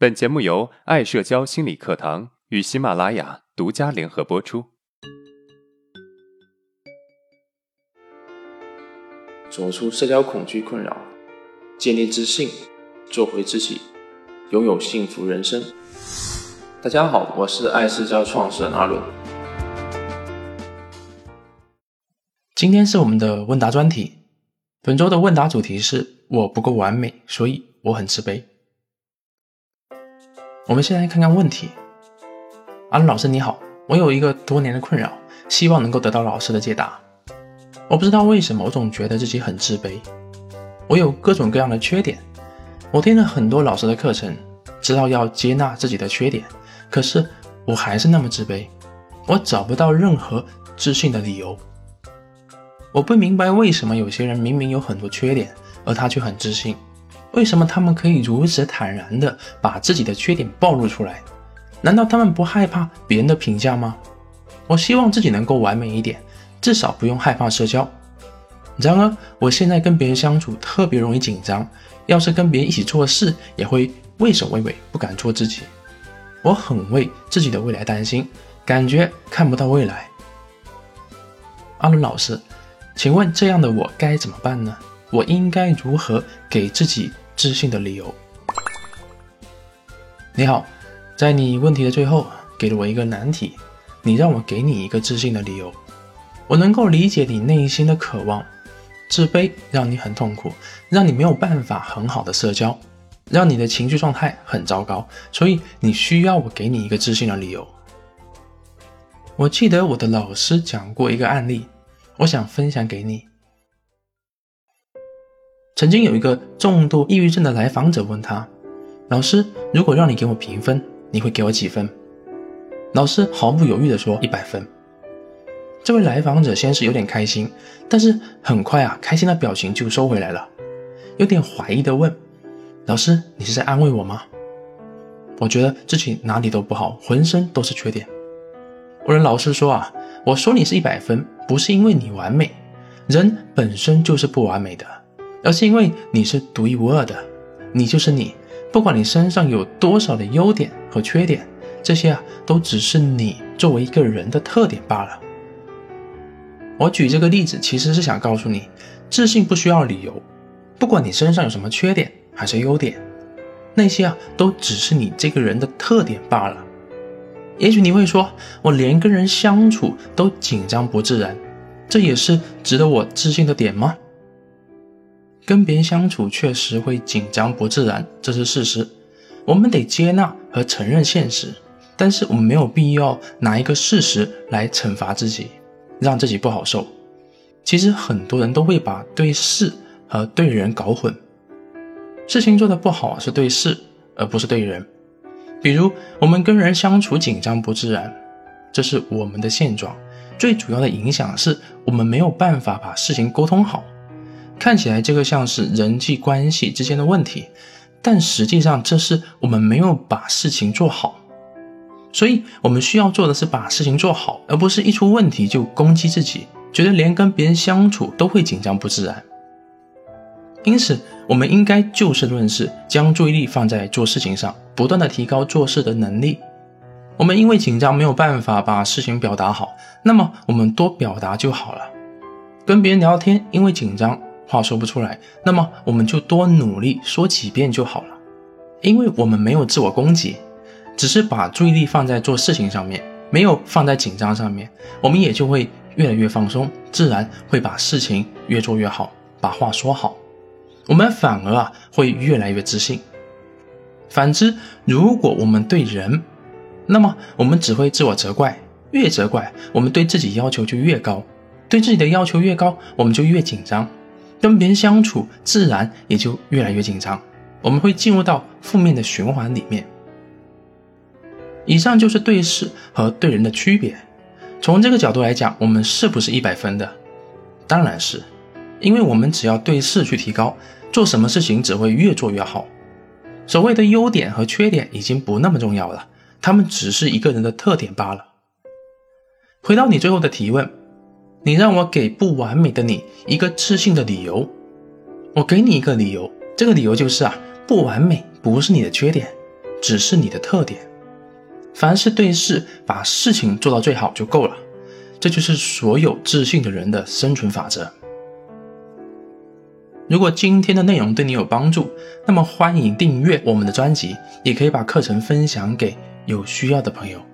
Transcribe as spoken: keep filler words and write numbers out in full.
本节目由爱社交心理课堂与喜马拉雅独家联合播出。 走出社交恐惧困扰，建立自信，做回自己，拥有幸福人生。大家好，我是爱社交创始人阿伦。 今天是我们的问答专题，本周的问答主题是我不够完美，所以我很自卑。我们先来看看问题。阿伦老师你好，我有一个多年的困扰，希望能够得到老师的解答。我不知道为什么我总觉得自己很自卑，我有各种各样的缺点，我听了很多老师的课程，知道要接纳自己的缺点，可是我还是那么自卑，我找不到任何自信的理由。我不明白为什么有些人明明有很多缺点，而他却很自信，为什么他们可以如此坦然地把自己的缺点暴露出来？难道他们不害怕别人的评价吗？我希望自己能够完美一点，至少不用害怕社交。然而我现在跟别人相处特别容易紧张，要是跟别人一起做事也会畏首畏尾，不敢做自己。我很为自己的未来担心，感觉看不到未来。阿伦老师，请问这样的我该怎么办呢？我应该如何给自己自信的理由？你好，在你问题的最后给了我一个难题，你让我给你一个自信的理由。我能够理解你内心的渴望，自卑让你很痛苦，让你没有办法很好的社交，让你的情绪状态很糟糕，所以你需要我给你一个自信的理由。我记得我的老师讲过一个案例，我想分享给你。曾经有一个重度抑郁症的来访者问他，老师，如果让你给我评分，你会给我几分？老师毫不犹豫地说一百分。这位来访者先是有点开心，但是很快啊，开心的表情就收回来了，有点怀疑地问，老师，你是在安慰我吗？我觉得自己哪里都不好，浑身都是缺点。我的老师说啊，我说你是一百分，不是因为你完美，人本身就是不完美的，而是因为你是独一无二的，你就是你，不管你身上有多少的优点和缺点，这些啊，都只是你作为一个人的特点罢了。我举这个例子其实是想告诉你，自信不需要理由，不管你身上有什么缺点还是优点，那些啊，都只是你这个人的特点罢了。也许你会说，我连跟人相处都紧张不自然，这也是值得我自信的点吗？跟别人相处确实会紧张不自然，这是事实，我们得接纳和承认现实，但是我们没有必要拿一个事实来惩罚自己，让自己不好受。其实很多人都会把对事和对人搞混，事情做得不好是对事而不是对人。比如我们跟人相处紧张不自然，这是我们的现状，最主要的影响是我们没有办法把事情沟通好。看起来这个像是人际关系之间的问题，但实际上这是我们没有把事情做好。所以我们需要做的是把事情做好，而不是一出问题就攻击自己，觉得连跟别人相处都会紧张不自然。因此我们应该就事论事，将注意力放在做事情上，不断的提高做事的能力。我们因为紧张没有办法把事情表达好，那么我们多表达就好了。跟别人聊天，因为紧张话说不出来，那么我们就多努力说几遍就好了。因为我们没有自我攻击，只是把注意力放在做事情上面，没有放在紧张上面，我们也就会越来越放松，自然会把事情越做越好，把话说好。我们反而啊会越来越自信。反之，如果我们对人，那么我们只会自我责怪，越责怪，我们对自己要求就越高，对自己的要求越高，我们就越紧张，跟别人相处自然也就越来越紧张，我们会进入到负面的循环里面。以上就是对事和对人的区别。从这个角度来讲，我们是不是一百分的？当然是，因为我们只要对事去提高，做什么事情只会越做越好。所谓的优点和缺点已经不那么重要了，它们只是一个人的特点罢了。回到你最后的提问，你让我给不完美的你一个自信的理由，我给你一个理由，这个理由就是啊，不完美不是你的缺点， 只是你的特点。凡事对事，把事情做到最好就够了，这就是所有自信的人的生存法则。如果今天的内容对你有帮助，那么欢迎订阅我们的专辑，也可以把课程分享给有需要的朋友。